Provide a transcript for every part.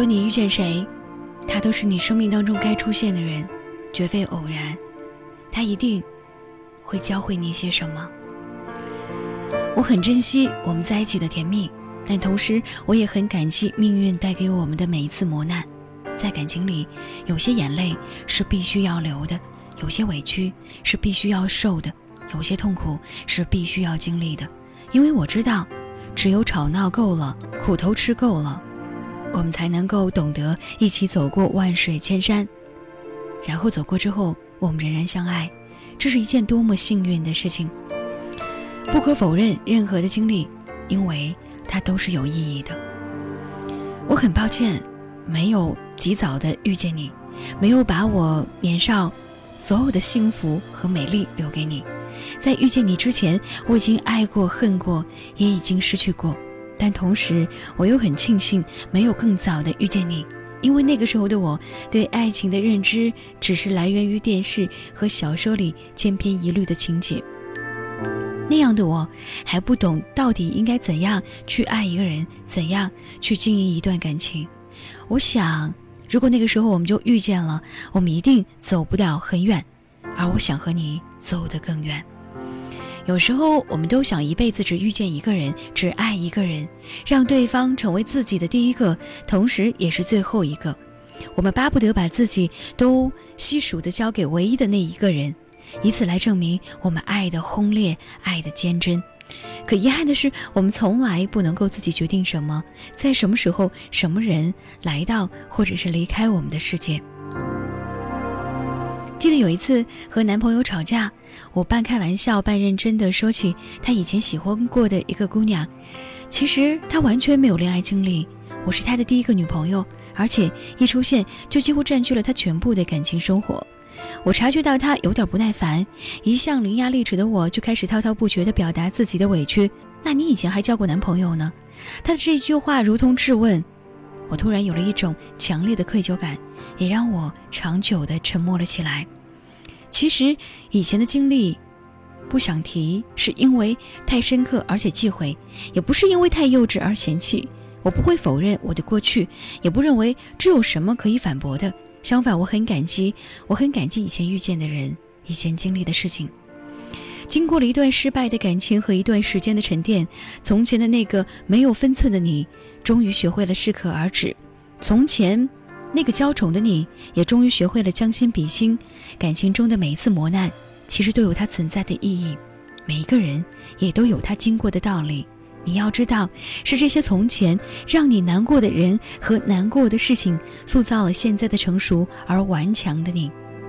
论你遇见谁，他都是你生命当中该出现的人，绝非偶然，他一定会教会你些什么。我很珍惜我们在一起的甜蜜，但同时我也很感激命运带给我们的每一次磨难。在感情里，有些眼泪是必须要流的，有些委屈是必须要受的，有些痛苦是必须要经历的。因为我知道，只有吵闹够了，苦头吃够了，我们才能够懂得一起走过万水千山，然后走过之后，我们仍然相爱，这是一件多么幸运的事情。不可否认任何的经历，因为它都是有意义的。我很抱歉没有及早的遇见你，没有把我年少所有的幸福和美丽留给你。在遇见你之前，我已经爱过恨过，也已经失去过，但同时我又很庆幸没有更早的遇见你，因为那个时候的我对爱情的认知只是来源于电视和小说里千篇一律的情节。那样的我还不懂到底应该怎样去爱一个人，怎样去经营一段感情。我想如果那个时候我们就遇见了，我们一定走不了很远，而我想和你走得更远。有时候我们都想一辈子只遇见一个人，只爱一个人，让对方成为自己的第一个，同时也是最后一个。我们巴不得把自己都悉数地交给唯一的那一个人，以此来证明我们爱的轰烈，爱的坚贞。可遗憾的是，我们从来不能够自己决定什么，在什么时候什么人来到或者是离开我们的世界。记得有一次和男朋友吵架，我半开玩笑半认真地说起他以前喜欢过的一个姑娘，其实他完全没有恋爱经历，我是他的第一个女朋友，而且一出现就几乎占据了他全部的感情生活。我察觉到他有点不耐烦，一向伶牙俐齿的我就开始滔滔不绝地表达自己的委屈。那你以前还交过男朋友呢？他的这句话如同质问，我突然有了一种强烈的愧疚感，也让我长久地沉默了起来。其实以前的经历不想提，是因为太深刻而且忌讳，也不是因为太幼稚而嫌弃。我不会否认我的过去，也不认为这有什么可以反驳的。相反，我很感激以前遇见的人，以前经历的事情。经过了一段失败的感情和一段时间的沉淀，从前的那个没有分寸的你，终于学会了适可而止。从前那个娇宠的你，也终于学会了将心比心。感情中的每一次磨难，其实都有它存在的意义，每一个人也都有他经过的道理。你要知道，是这些从前让你难过的人和难过的事情，塑造了现在的成熟而顽强的你。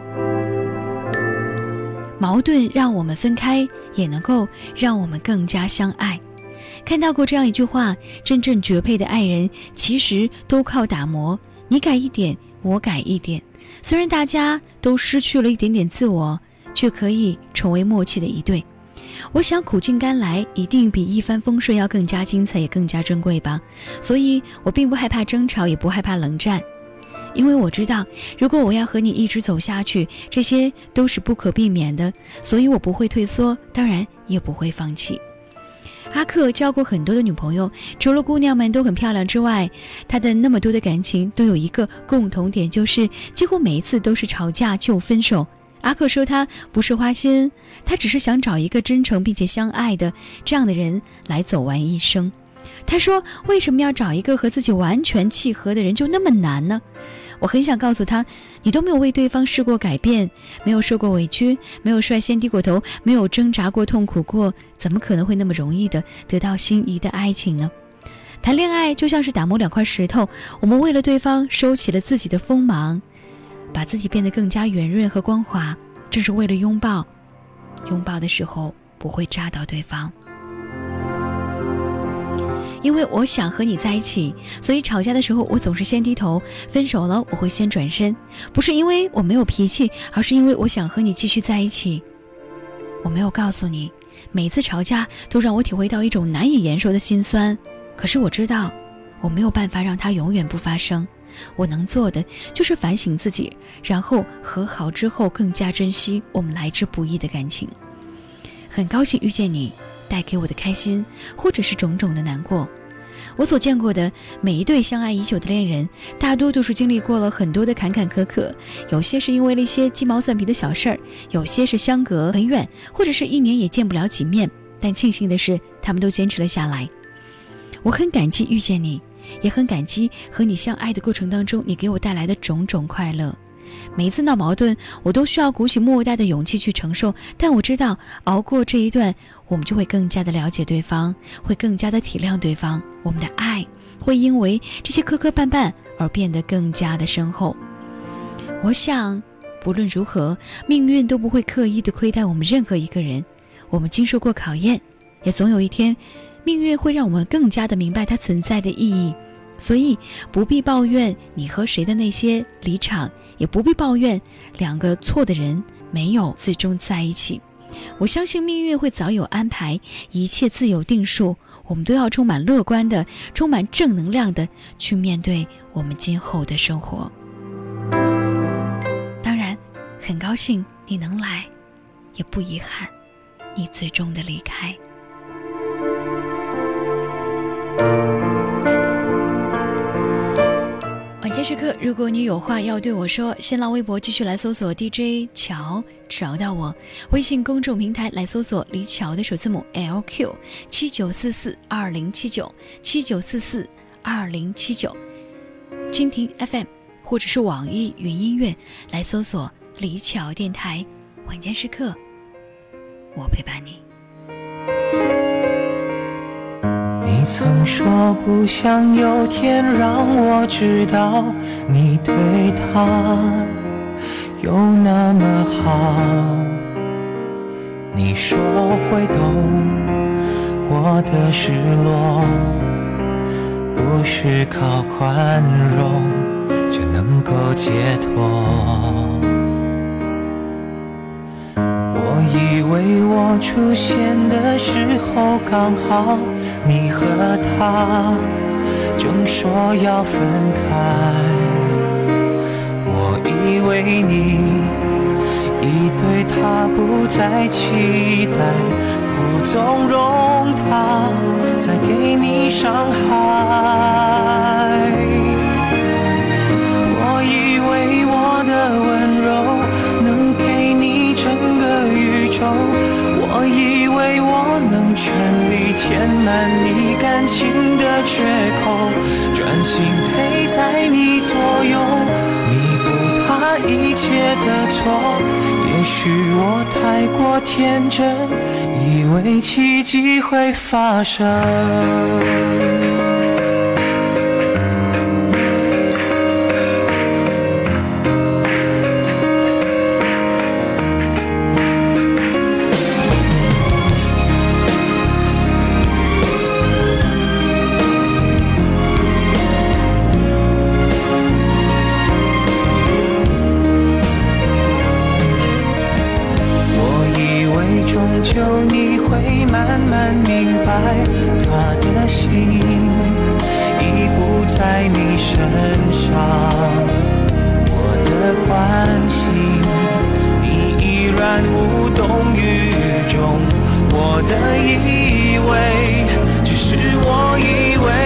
矛盾让我们分开，也能够让我们更加相爱。看到过这样一句话，真正绝配的爱人其实都靠打磨，你改一点，我改一点，虽然大家都失去了一点点自我，却可以成为默契的一对。我想苦尽甘来一定比一帆风顺要更加精彩，也更加珍贵吧。所以我并不害怕争吵，也不害怕冷战，因为我知道如果我要和你一直走下去，这些都是不可避免的，所以我不会退缩，当然也不会放弃。阿克交过很多的女朋友，除了姑娘们都很漂亮之外，他的那么多的感情都有一个共同点，就是几乎每一次都是吵架就分手。阿克说他不是花心，他只是想找一个真诚并且相爱的这样的人来走完一生。他说为什么要找一个和自己完全契合的人就那么难呢？我很想告诉他，你都没有为对方试过改变，没有受过委屈，没有率先低过头，没有挣扎过痛苦过，怎么可能会那么容易的得到心仪的爱情呢？谈恋爱就像是打磨两块石头，我们为了对方收起了自己的锋芒，把自己变得更加圆润和光滑，这是为了拥抱的时候不会扎到对方。因为我想和你在一起，所以吵架的时候我总是先低头，分手了我会先转身，不是因为我没有脾气，而是因为我想和你继续在一起。我没有告诉你，每次吵架都让我体会到一种难以言说的心酸，可是我知道我没有办法让它永远不发生，我能做的就是反省自己，然后和好之后更加珍惜我们来之不易的感情。很高兴遇见你，带给我的开心或者是种种的难过， 我所见过的每一对相爱已久的恋人，大多都是经历过了很多的坎坎坷坷，有些是因为了一些鸡毛蒜皮的小事儿，有些是相隔很远，或者是一年也见不了几面，但庆幸的是他们都坚持了下来。我很感激遇见你，也很感激和你相爱的过程当中你给我带来的种种快乐。每一次闹矛盾，我都需要鼓起莫大的勇气去承受，但我知道熬过这一段，我们就会更加的了解对方，会更加的体谅对方，我们的爱会因为这些磕磕绊绊而变得更加的深厚。我想不论如何，命运都不会刻意的亏待我们任何一个人，我们经受过考验，也总有一天命运会让我们更加的明白它存在的意义。所以不必抱怨你和谁的那些离场，也不必抱怨两个错的人没有最终在一起。我相信命运会早有安排，一切自有定数，我们都要充满乐观的，充满正能量的去面对我们今后的生活。当然很高兴你能来，也不遗憾你最终的离开。晚间时刻，如果你有话要对我说，新浪微博继续来搜索 DJ 乔找到我，微信公众平台来搜索李乔的首字母 LQ7944207979442079，蜻蜓 FM 或者是网易云音乐来搜索李乔电台。晚间时刻，我陪伴你。 你曾说不想有天让我知道你对他有那么好，你说会懂我的失落，不是靠宽容就能够解脱。我以为我出现的时候刚好你和他正说要分开，我以为你已对他不再期待，不纵容他再给你伤害。我以为我的温柔能给你整个宇宙，我以为我能全力填满你感情的缺口，专心陪在你左右，弥补他一切的错。也许我太过天真，以为奇迹会发生。就你会慢慢明白，他的心已不在你身上，我的关心你依然无动于衷，我的以为只是我以为，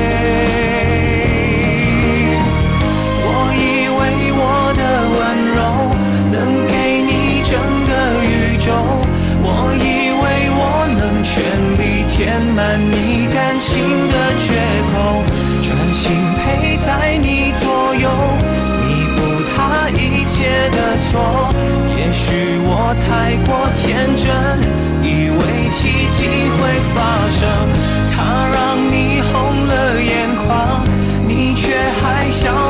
我以为我的温柔能给你整个宇宙，我以为我能全力填满你感情的缺口，专心陪在你左右，弥补他一切的错。也许我太过天真，以为奇迹会发生，他让你红了眼眶，你却还笑